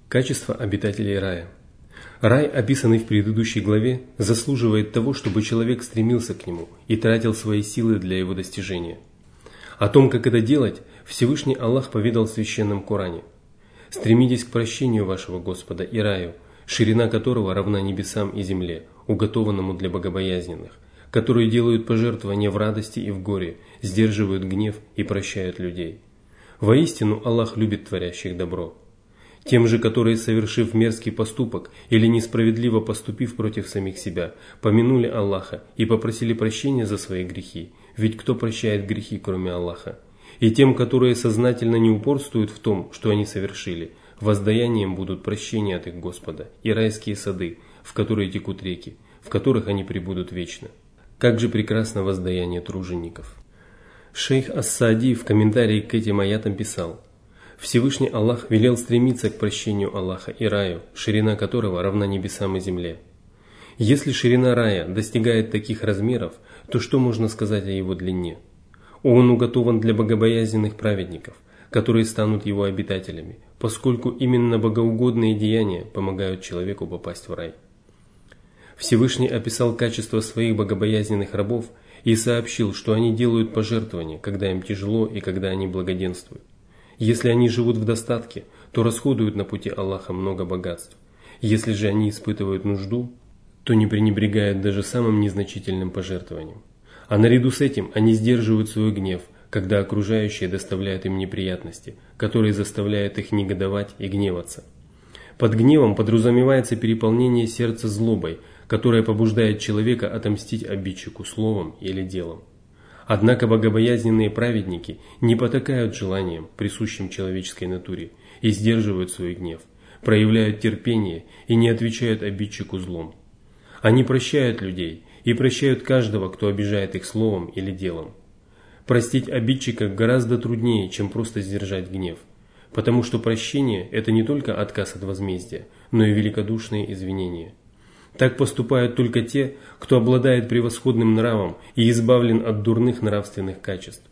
Качество обитателей рая. Рай, описанный в предыдущей главе, заслуживает того, чтобы человек стремился к нему и тратил свои силы для его достижения. О том, как это делать, Всевышний Аллах поведал в Священном Коране. «Стремитесь к прощению вашего Господа и раю, ширина которого равна небесам и земле, уготованному для богобоязненных, которые делают пожертвования в радости и в горе, сдерживают гнев и прощают людей. Воистину Аллах любит творящих добро». Тем же, которые, совершив мерзкий поступок или несправедливо поступив против самих себя, помянули Аллаха и попросили прощения за свои грехи, ведь кто прощает грехи, кроме Аллаха? И тем, которые сознательно не упорствуют в том, что они совершили, воздаянием будут прощения от их Господа и райские сады, в которые текут реки, в которых они пребудут вечно. Как же прекрасно воздаяние тружеников! Шейх Ас-Саади в комментарии к этим аятам писал: Всевышний Аллах велел стремиться к прощению Аллаха и раю, ширина которого равна небесам и земле. Если ширина рая достигает таких размеров, то что можно сказать о его длине? Он уготован для богобоязненных праведников, которые станут его обитателями, поскольку именно богоугодные деяния помогают человеку попасть в рай. Всевышний описал качество своих богобоязненных рабов и сообщил, что они делают пожертвования, когда им тяжело и когда они благоденствуют. Если они живут в достатке, то расходуют на пути Аллаха много богатств. Если же они испытывают нужду, то не пренебрегают даже самым незначительным пожертвованием. А наряду с этим они сдерживают свой гнев, когда окружающие доставляют им неприятности, которые заставляют их негодовать и гневаться. Под гневом подразумевается переполнение сердца злобой, которая побуждает человека отомстить обидчику словом или делом. Однако богобоязненные праведники не потакают желаниям, присущим человеческой натуре, и сдерживают свой гнев, проявляют терпение и не отвечают обидчику злом. Они прощают людей и прощают каждого, кто обижает их словом или делом. Простить обидчика гораздо труднее, чем просто сдержать гнев, потому что прощение – это не только отказ от возмездия, но и великодушные извинения. Так поступают только те, кто обладает превосходным нравом и избавлен от дурных нравственных качеств.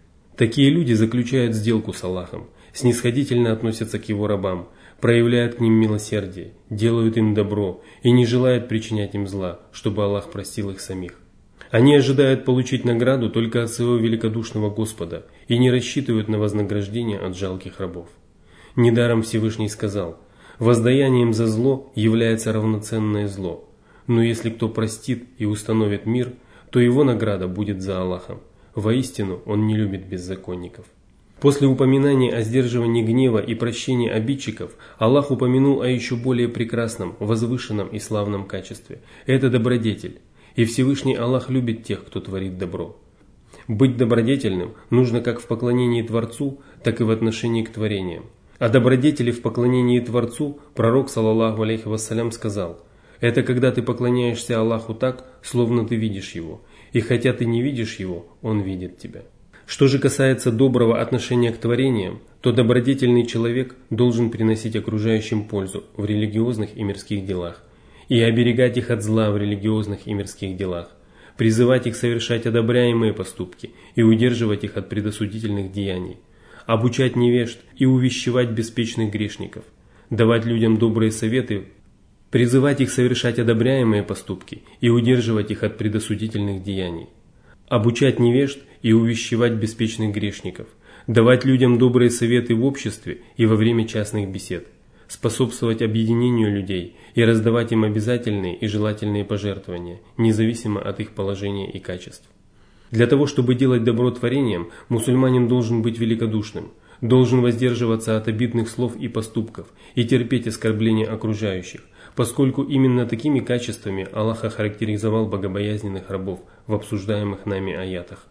Такие люди заключают сделку с Аллахом, снисходительно относятся к его рабам, проявляют к ним милосердие, делают им добро и не желают причинять им зла, чтобы Аллах простил их самих. Они ожидают получить награду только от своего великодушного Господа и не рассчитывают на вознаграждение от жалких рабов. Недаром Всевышний сказал: «Воздаянием за зло является равноценное зло, но если кто простит и установит мир, то его награда будет за Аллахом. Воистину, Он не любит беззаконников». После упоминания о сдерживании гнева и прощении обидчиков, Аллах упомянул о еще более прекрасном, возвышенном и славном качестве. Это добродетель. И Всевышний Аллах любит тех, кто творит добро. Быть добродетельным нужно как в поклонении Творцу, так и в отношении к творениям. О добродетели в поклонении Творцу пророк, саллаллаху алейхи вассалям, сказал: «Это когда ты поклоняешься Аллаху так, словно ты видишь Его, и хотя ты не видишь Его, Он видит тебя». Что же касается доброго отношения к творениям, то добродетельный человек должен приносить окружающим пользу в религиозных и мирских делах и оберегать их от зла в религиозных и мирских делах, призывать их совершать одобряемые поступки и удерживать их от предосудительных деяний, обучать невежд и увещевать беспечных грешников, давать людям добрые советы, призывать их совершать одобряемые поступки и удерживать их от предосудительных деяний, обучать невежд и увещевать беспечных грешников, давать людям добрые советы в обществе и во время частных бесед, способствовать объединению людей и раздавать им обязательные и желательные пожертвования, независимо от их положения и качеств. Для того, чтобы делать добро творениям, мусульманин должен быть великодушным, должен воздерживаться от обидных слов и поступков и терпеть оскорбления окружающих, поскольку именно такими качествами Аллах охарактеризовал богобоязненных рабов в обсуждаемых нами аятах.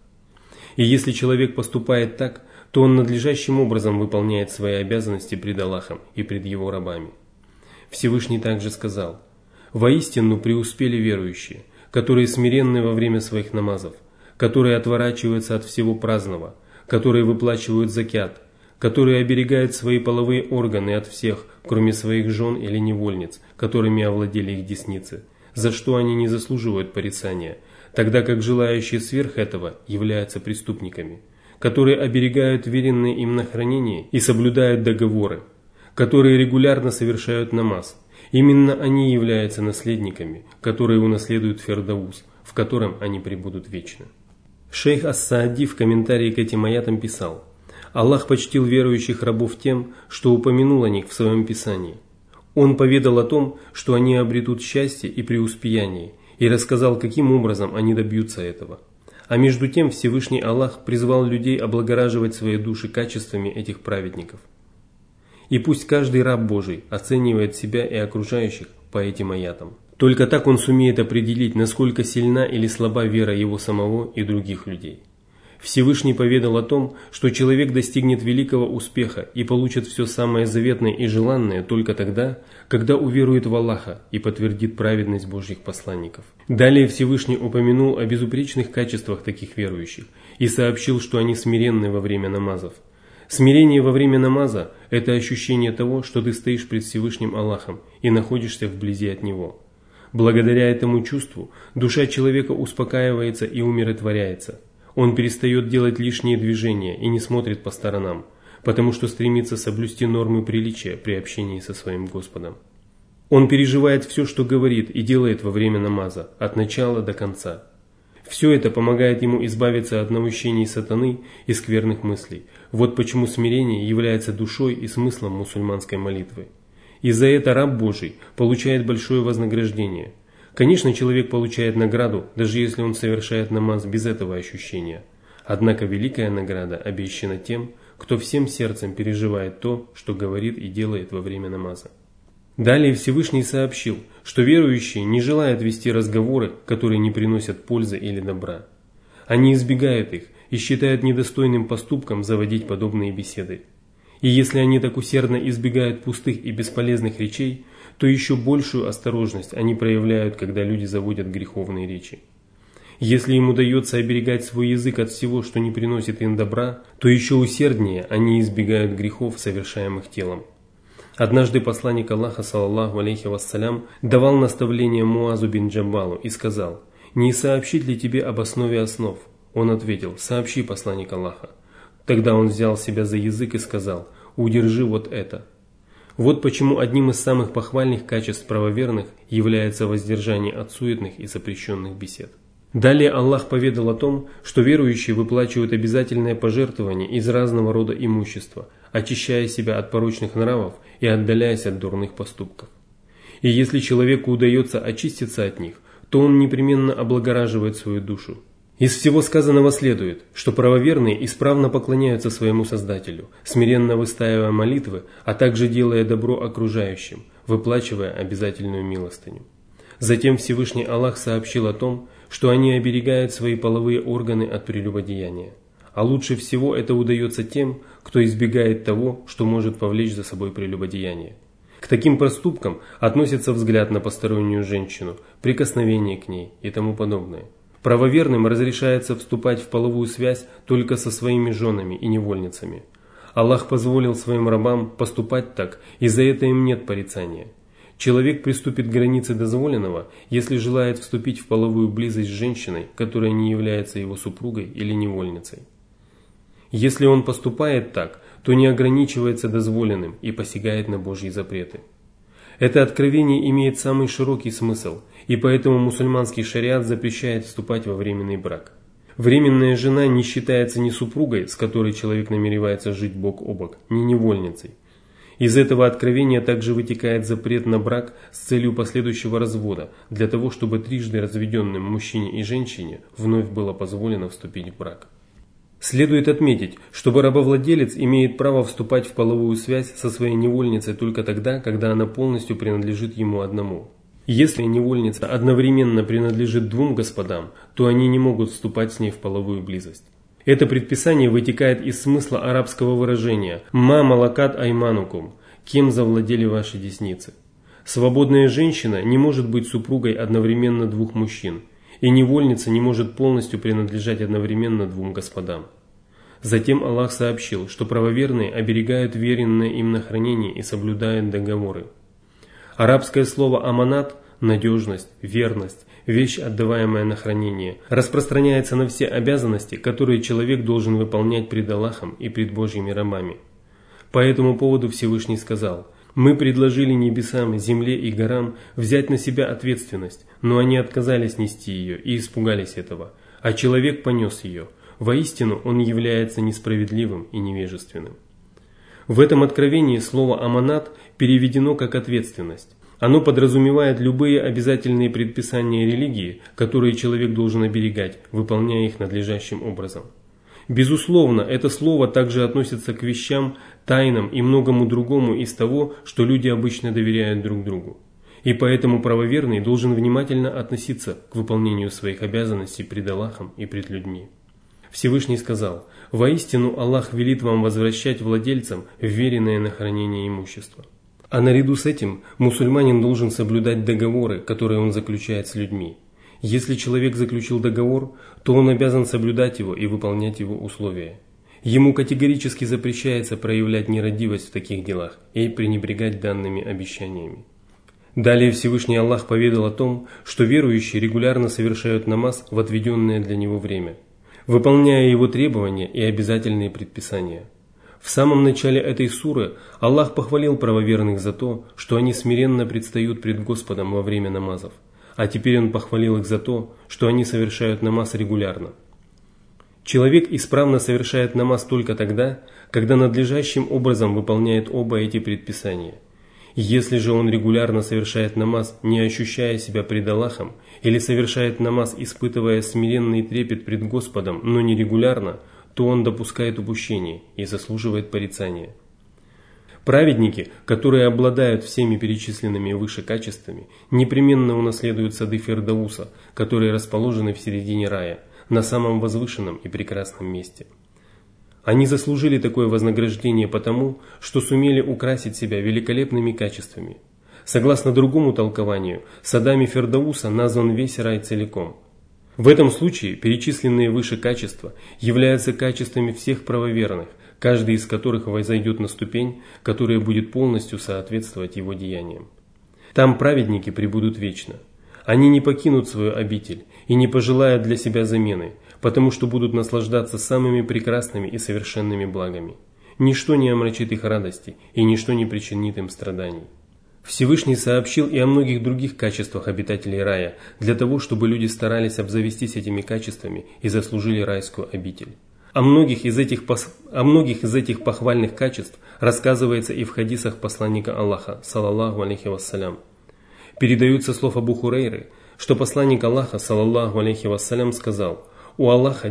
И если человек поступает так, то он надлежащим образом выполняет свои обязанности пред Аллахом и пред его рабами. Всевышний также сказал: «Воистину преуспели верующие, которые смиренны во время своих намазов, которые отворачиваются от всего праздного, которые выплачивают закят, которые оберегают свои половые органы от всех, кроме своих жен или невольниц, которыми овладели их десницы, за что они не заслуживают порицания, тогда как желающие сверх этого являются преступниками, которые оберегают веренные им на хранение и соблюдают договоры, которые регулярно совершают намаз. Именно они являются наследниками, которые унаследуют Фердаус, в котором они пребудут вечно. Шейх Ас-Саади в комментарии к этим аятам писал: «Аллах почтил верующих рабов тем, что упомянул о них в своем Писании. Он поведал о том, что они обретут счастье и преуспеяние, и рассказал, каким образом они добьются этого. А между тем Всевышний Аллах призвал людей облагораживать свои души качествами этих праведников. И пусть каждый раб Божий оценивает себя и окружающих по этим аятам. Только так он сумеет определить, насколько сильна или слаба вера его самого и других людей. Всевышний поведал о том, что человек достигнет великого успеха и получит все самое заветное и желанное только тогда, когда уверует в Аллаха и подтвердит праведность Божьих посланников. Далее Всевышний упомянул о безупречных качествах таких верующих и сообщил, что они смиренны во время намазов. Смирение во время намаза – это ощущение того, что ты стоишь пред Всевышним Аллахом и находишься вблизи от Него. Благодаря этому чувству душа человека успокаивается и умиротворяется. Он перестает делать лишние движения и не смотрит по сторонам, потому что стремится соблюсти нормы приличия при общении со своим Господом. Он переживает все, что говорит и делает во время намаза, от начала до конца. Все это помогает ему избавиться от наущений сатаны и скверных мыслей. Вот почему смирение является душой и смыслом мусульманской молитвы. И за это раб Божий получает большое вознаграждение. Конечно, человек получает награду, даже если он совершает намаз без этого ощущения. Однако великая награда обещана тем, кто всем сердцем переживает то, что говорит и делает во время намаза. Далее Всевышний сообщил, что верующие не желают вести разговоры, которые не приносят пользы или добра. Они избегают их и считают недостойным поступком заводить подобные беседы. И если они так усердно избегают пустых и бесполезных речей, то еще большую осторожность они проявляют, когда люди заводят греховные речи. Если им удается оберегать свой язык от всего, что не приносит им добра, то еще усерднее они избегают грехов, совершаемых телом. Однажды посланник Аллаха, саллаллаху алейхи вассалям, давал наставление Муазу бин Джабалу и сказал: «Не сообщить ли тебе об основе основ?» Он ответил: «Сообщи, посланник Аллаха». Тогда он взял себя за язык и сказал: «Удержи вот это». Вот почему одним из самых похвальных качеств правоверных является воздержание от суетных и запрещенных бесед. Далее Аллах поведал о том, что верующие выплачивают обязательное пожертвование из разного рода имущества, очищая себя от порочных нравов и отдаляясь от дурных поступков. И если человеку удается очиститься от них, то он непременно облагораживает свою душу. Из всего сказанного следует, что правоверные исправно поклоняются своему Создателю, смиренно выстаивая молитвы, а также делая добро окружающим, выплачивая обязательную милостыню. Затем Всевышний Аллах сообщил о том, что они оберегают свои половые органы от прелюбодеяния. А лучше всего это удается тем, кто избегает того, что может повлечь за собой прелюбодеяние. К таким проступкам относится взгляд на постороннюю женщину, прикосновение к ней и тому подобное. Правоверным разрешается вступать в половую связь только со своими женами и невольницами. Аллах позволил своим рабам поступать так, и за это им нет порицания. Человек приступит к границе дозволенного, если желает вступить в половую близость с женщиной, которая не является его супругой или невольницей. Если он поступает так, то не ограничивается дозволенным и посягает на Божьи запреты. Это откровение имеет самый широкий смысл, и поэтому мусульманский шариат запрещает вступать во временный брак. Временная жена не считается ни супругой, с которой человек намеревается жить бок о бок, ни невольницей. Из этого откровения также вытекает запрет на брак с целью последующего развода, для того, чтобы трижды разведенным мужчине и женщине вновь было позволено вступить в брак. Следует отметить, что рабовладелец имеет право вступать в половую связь со своей невольницей только тогда, когда она полностью принадлежит ему одному. Если невольница одновременно принадлежит двум господам, то они не могут вступать с ней в половую близость. Это предписание вытекает из смысла арабского выражения «ма малакат айманукум» – «кем завладели ваши десницы». Свободная женщина не может быть супругой одновременно двух мужчин, и невольница не может полностью принадлежать одновременно двум господам. Затем Аллах сообщил, что правоверные оберегают веренное им на хранение и соблюдают договоры. Арабское слово «аманат» – надежность, верность, вещь, отдаваемая на хранение, распространяется на все обязанности, которые человек должен выполнять пред Аллахом и пред Божьими рабами. По этому поводу Всевышний сказал: «Мы предложили небесам, земле и горам взять на себя ответственность, но они отказались нести ее и испугались этого, а человек понес ее. Воистину он является несправедливым и невежественным». В этом откровении слово «аманат» переведено как «ответственность». Оно подразумевает любые обязательные предписания религии, которые человек должен оберегать, выполняя их надлежащим образом. Безусловно, это слово также относится к вещам, тайнам и многому другому из того, что люди обычно доверяют друг другу. И поэтому правоверный должен внимательно относиться к выполнению своих обязанностей пред Аллахом и пред людьми. Всевышний сказал: «Воистину Аллах велит вам возвращать владельцам вверенное на хранение имущество». А наряду с этим мусульманин должен соблюдать договоры, которые он заключает с людьми. Если человек заключил договор, то он обязан соблюдать его и выполнять его условия. Ему категорически запрещается проявлять нерадивость в таких делах и пренебрегать данными обещаниями. Далее Всевышний Аллах поведал о том, что верующие регулярно совершают намаз в отведенное для него время, выполняя его требования и обязательные предписания. В самом начале этой суры Аллах похвалил правоверных за то, что они смиренно предстают пред Господом во время намазов, а теперь Он похвалил их за то, что они совершают намаз регулярно. Человек исправно совершает намаз только тогда, когда надлежащим образом выполняет оба эти предписания. Если же он регулярно совершает намаз, не ощущая себя пред Аллахом, или совершает намаз, испытывая смиренный трепет пред Господом, но не регулярно, то он допускает упущение и заслуживает порицания. Праведники, которые обладают всеми перечисленными выше качествами, непременно унаследуют сады Фирдауса, которые расположены в середине рая, на самом возвышенном и прекрасном месте. Они заслужили такое вознаграждение потому, что сумели украсить себя великолепными качествами. Согласно другому толкованию, садами Фирдауса назван весь рай целиком. В этом случае перечисленные выше качества являются качествами всех правоверных, каждый из которых возойдет на ступень, которая будет полностью соответствовать его деяниям. Там праведники пребудут вечно. Они не покинут свою обитель и не пожелают для себя замены, потому что будут наслаждаться самыми прекрасными и совершенными благами. Ничто не омрачит их радости и ничто не причинит им страданий. Всевышний сообщил и о многих других качествах обитателей рая, для того, чтобы люди старались обзавестись этими качествами и заслужили райскую обитель. О многих из этих похвальных качеств рассказывается и в хадисах посланника Аллаха, салаллаху алейхи вассалям. Передаются слов Абу Хурейры, что посланник Аллаха, салаллаху алейхи вассалям, сказал: «У Аллаха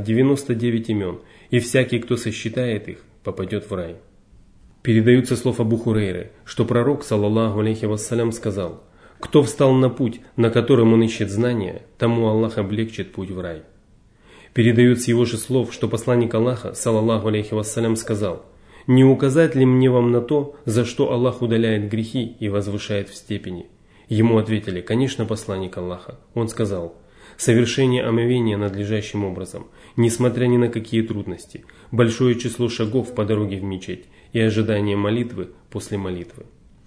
99 имен, и всякий, кто сосчитает их, попадет в рай». Передаются слов Абу Хурейры, что пророк, салаллаху алейхи вассалям, сказал: «Кто встал на путь, на котором он ищет знания, тому Аллах облегчит путь в рай». Передают с его же слов, что посланник Аллаха, салаллаху алейхи вассалям, сказал: «Не указать ли мне вам на то, за что Аллах удаляет грехи и возвышает в степени?» Ему ответили: «Конечно, посланник Аллаха». Он сказал: «Совершение омовения надлежащим образом, несмотря ни на какие трудности, большое число шагов по дороге в мечеть и ожидание молитвы после молитвы».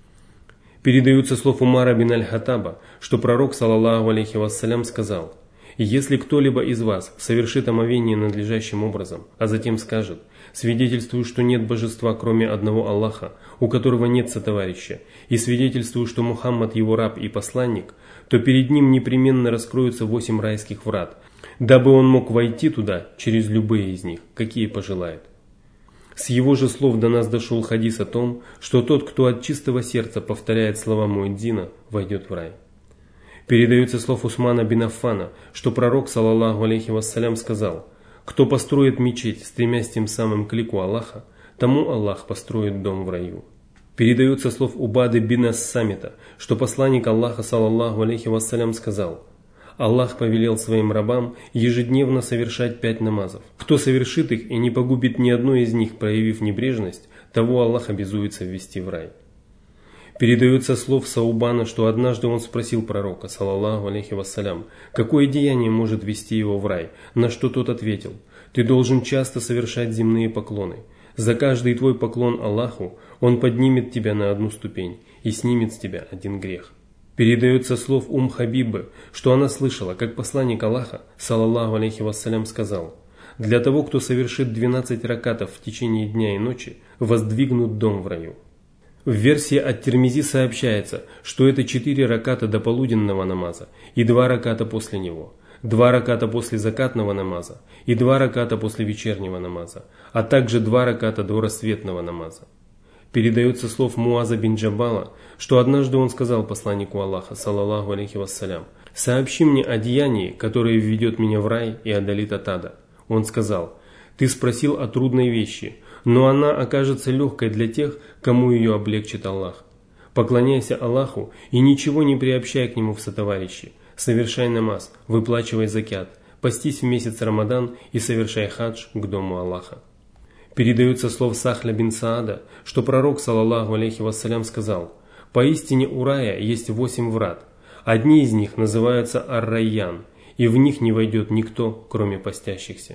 Передаются слов Умара бин аль-Хаттаба, что пророк, салаллаху алейхи вассалям, сказал: «Если кто-либо из вас совершит омовение надлежащим образом, а затем скажет: свидетельствую, что нет божества, кроме одного Аллаха, у которого нет сотоварища, и свидетельствую, что Мухаммад его раб и посланник, то перед ним непременно раскроются 8 райских врат, дабы он мог войти туда через любые из них, какие пожелает». С его же слов до нас дошел хадис о том, что тот, кто от чистого сердца повторяет слова муэдзина, войдет в рай. Передается слов Усмана бин Аффана, что пророк, салаллаху алейхи вассалям, сказал: «Кто построит мечеть, стремясь тем самым к лику Аллаха, тому Аллах построит дом в раю». Передается слов Убады бин Ас-Самита, что посланник Аллаха, салаллаху алейхи вассалям, сказал: «Аллах повелел своим рабам ежедневно совершать 5 намазов. Кто совершит их и не погубит ни одной из них, проявив небрежность, того Аллах обязуется ввести в рай». Передается слов Саубана, что однажды он спросил пророка, салаллаху алейхи вассалям, какое деяние может ввести его в рай, на что тот ответил: «Ты должен часто совершать земные поклоны. За каждый твой поклон Аллаху Он поднимет тебя на одну ступень и снимет с тебя один грех». Передается слов Хабибы, что она слышала, как посланник Аллаха, салаллаху алейхи вассалям, сказал: для того, кто совершит 12 ракатов в течение дня и ночи, воздвигнут дом в раю. В версии от Тирмизи сообщается, что это 4 раката до полуденного намаза и 2 раката после него, 2 раката после закатного намаза и 2 раката после вечернего намаза, а также 2 раката до рассветного намаза. Передается слов Муаза бин Джабала, что однажды он сказал посланнику Аллаха, саллаллаху алейхи вассалям: «Сообщи мне о деянии, которое введет меня в рай и одолит от ада». Он сказал: «Ты спросил о трудной вещи, но она окажется легкой для тех, кому ее облегчит Аллах. Поклоняйся Аллаху и ничего не приобщай к Нему в сотоварищи. Совершай намаз, выплачивай закят, постись в месяц Рамадан и совершай хадж к дому Аллаха». Передается слов Сахля бин Саада, что пророк, саллаллаху алейхи вассалям, сказал: «Поистине у рая есть 8 врат. Одни из них называются Ар-Райян, и в них не войдет никто, кроме постящихся».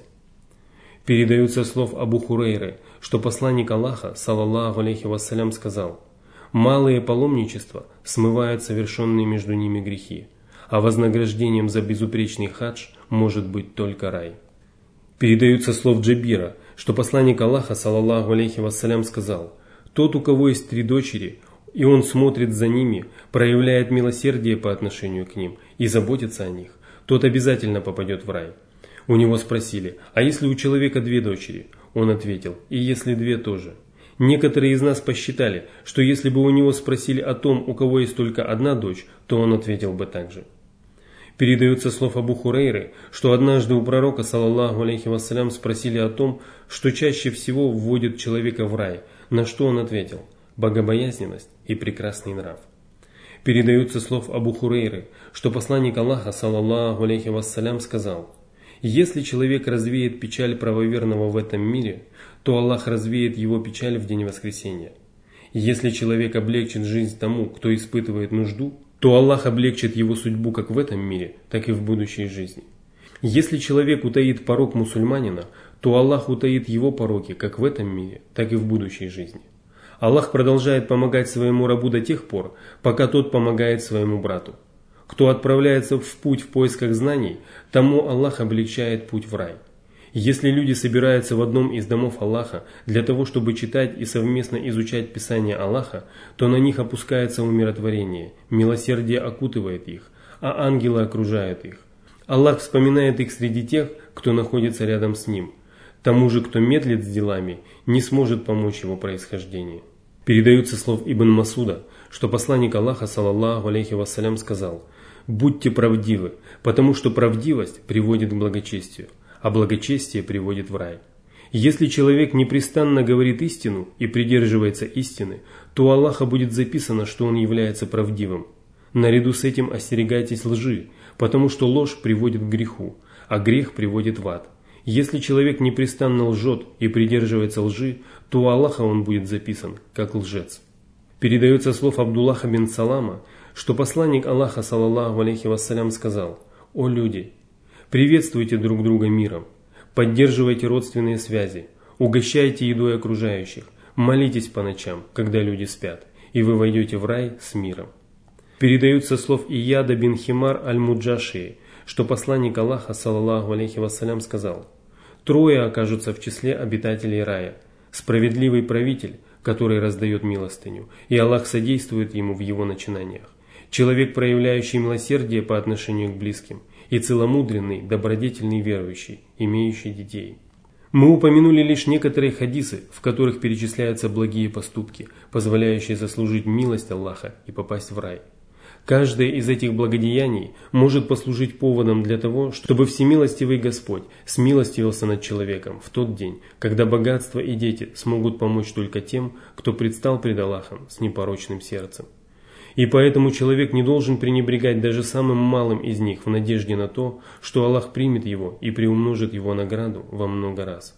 Передается слов Абу Хурейры, что посланник Аллаха, саллаллаху алейхи вассалям, сказал: «Малые паломничества смывают совершенные между ними грехи, а вознаграждением за безупречный хадж может быть только рай». Передаются слов Джабира, что посланник Аллаха, саллаллаху алейхи вассалям, сказал: «Тот, у кого есть 3 дочери, и он смотрит за ними, проявляет милосердие по отношению к ним и заботится о них, тот обязательно попадет в рай». У него спросили: «А если у человека 2 дочери?» Он ответил: «И если 2 тоже». Некоторые из нас посчитали, что если бы у него спросили о том, у кого есть только 1 дочь, то он ответил бы так же. Передается слов Абу Хурейры, что однажды у пророка, саллаллаху алейхи вассалям, спросили о том, что чаще всего вводит человека в рай, на что он ответил: богобоязненность и прекрасный нрав. Передается слов Абу Хурейры, что посланник Аллаха, саллаллаху алейхи вассалям, сказал: «Если человек развеет печаль правоверного в этом мире, то Аллах развеет его печаль в день воскресения. Если человек облегчит жизнь тому, кто испытывает нужду, то Аллах облегчит его судьбу как в этом мире, так и в будущей жизни. Если человек утаит порок мусульманина, то Аллах утаит его пороки как в этом мире, так и в будущей жизни. Аллах продолжает помогать своему рабу до тех пор, пока тот помогает своему брату. Кто отправляется в путь в поисках знаний, тому Аллах облегчает путь в рай. Если люди собираются в одном из домов Аллаха для того, чтобы читать и совместно изучать Писание Аллаха, то на них опускается умиротворение, милосердие окутывает их, а ангелы окружают их. Аллах вспоминает их среди тех, кто находится рядом с Ним. Тому же, кто медлит с делами, не сможет помочь его происхождению. Передаются слов Ибн Масуда, что посланник Аллаха, саллаллаху алейхи вассалям, сказал: «Будьте правдивы, потому что правдивость приводит к благочестию, а благочестие приводит в рай». Если человек непрестанно говорит истину и придерживается истины, то у Аллаха будет записано, что он является правдивым. Наряду с этим остерегайтесь лжи, потому что ложь приводит к греху, а грех приводит в ад. Если человек непрестанно лжет и придерживается лжи, то у Аллаха он будет записан как лжец. Передается слов Абдуллаха бин Салама, что посланник Аллаха, саллаллаху алейхи вассалям, сказал: «О люди! Приветствуйте друг друга миром, поддерживайте родственные связи, угощайте едой окружающих, молитесь по ночам, когда люди спят, и вы войдете в рай с миром». Передаются слов Ияда бин Химар аль-Муджашии, что посланник Аллаха, саллаллаху алейхи вассалям, сказал: «Трое окажутся в числе обитателей рая: справедливый правитель, который раздает милостыню, и Аллах содействует ему в его начинаниях, человек, проявляющий милосердие по отношению к близким, и целомудренный, добродетельный верующий, имеющий детей». Мы упомянули лишь некоторые хадисы, в которых перечисляются благие поступки, позволяющие заслужить милость Аллаха и попасть в рай. Каждое из этих благодеяний может послужить поводом для того, чтобы всемилостивый Господь смилостивился над человеком в тот день, когда богатство и дети смогут помочь только тем, кто предстал пред Аллахом с непорочным сердцем. И поэтому человек не должен пренебрегать даже самым малым из них в надежде на то, что Аллах примет его и приумножит его награду во много раз.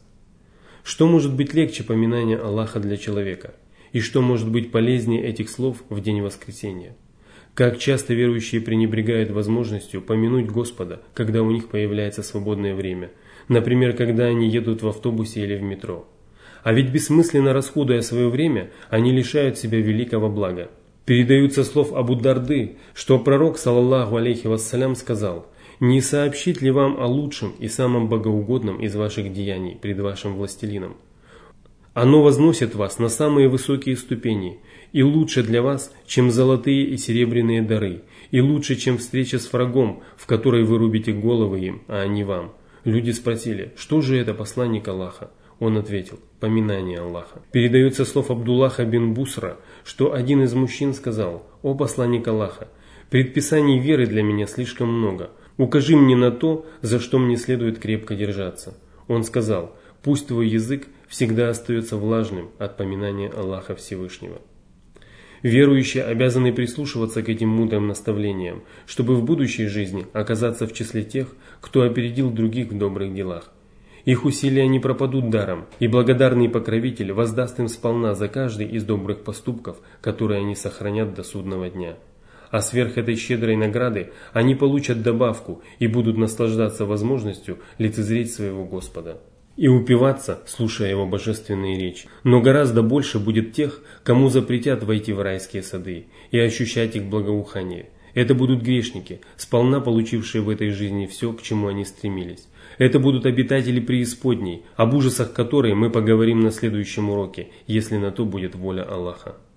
Что может быть легче поминания Аллаха для человека? И что может быть полезнее этих слов в день воскресения? Как часто верующие пренебрегают возможностью помянуть Господа, когда у них появляется свободное время, например, когда они едут в автобусе или в метро. А ведь бессмысленно расходуя свое время, они лишают себя великого блага. Передаются слов Абу Дарды, что пророк, саллаллаху алейхи вассалям, сказал: Не сообщит ли вам о лучшем и самом богоугодном из ваших деяний пред вашим властелином? Оно возносит вас на самые высокие ступени, и лучше для вас, чем золотые и серебряные дары, и лучше, чем встреча с врагом, в которой вы рубите головы им, а они вам. Люди спросили, что же это посланник Аллаха? Он ответил, поминание Аллаха. Передается слов Абдуллаха бин Бусра, что один из мужчин сказал, о посланник Аллаха, предписаний веры для меня слишком много, укажи мне на то, за что мне следует крепко держаться. Он сказал, пусть твой язык всегда остается влажным от поминания Аллаха Всевышнего. Верующие обязаны прислушиваться к этим мудрым наставлениям, чтобы в будущей жизни оказаться в числе тех, кто опередил других в добрых делах. Их усилия не пропадут даром, и благодарный покровитель воздаст им сполна за каждый из добрых поступков, которые они сохранят до судного дня. А сверх этой щедрой награды они получат добавку и будут наслаждаться возможностью лицезреть своего Господа и упиваться, слушая его божественные речи. Но гораздо больше будет тех, кому запретят войти в райские сады и ощущать их благоухание. Это будут грешники, сполна получившие в этой жизни все, к чему они стремились. Это будут обитатели преисподней, об ужасах которой мы поговорим на следующем уроке, если на то будет воля Аллаха.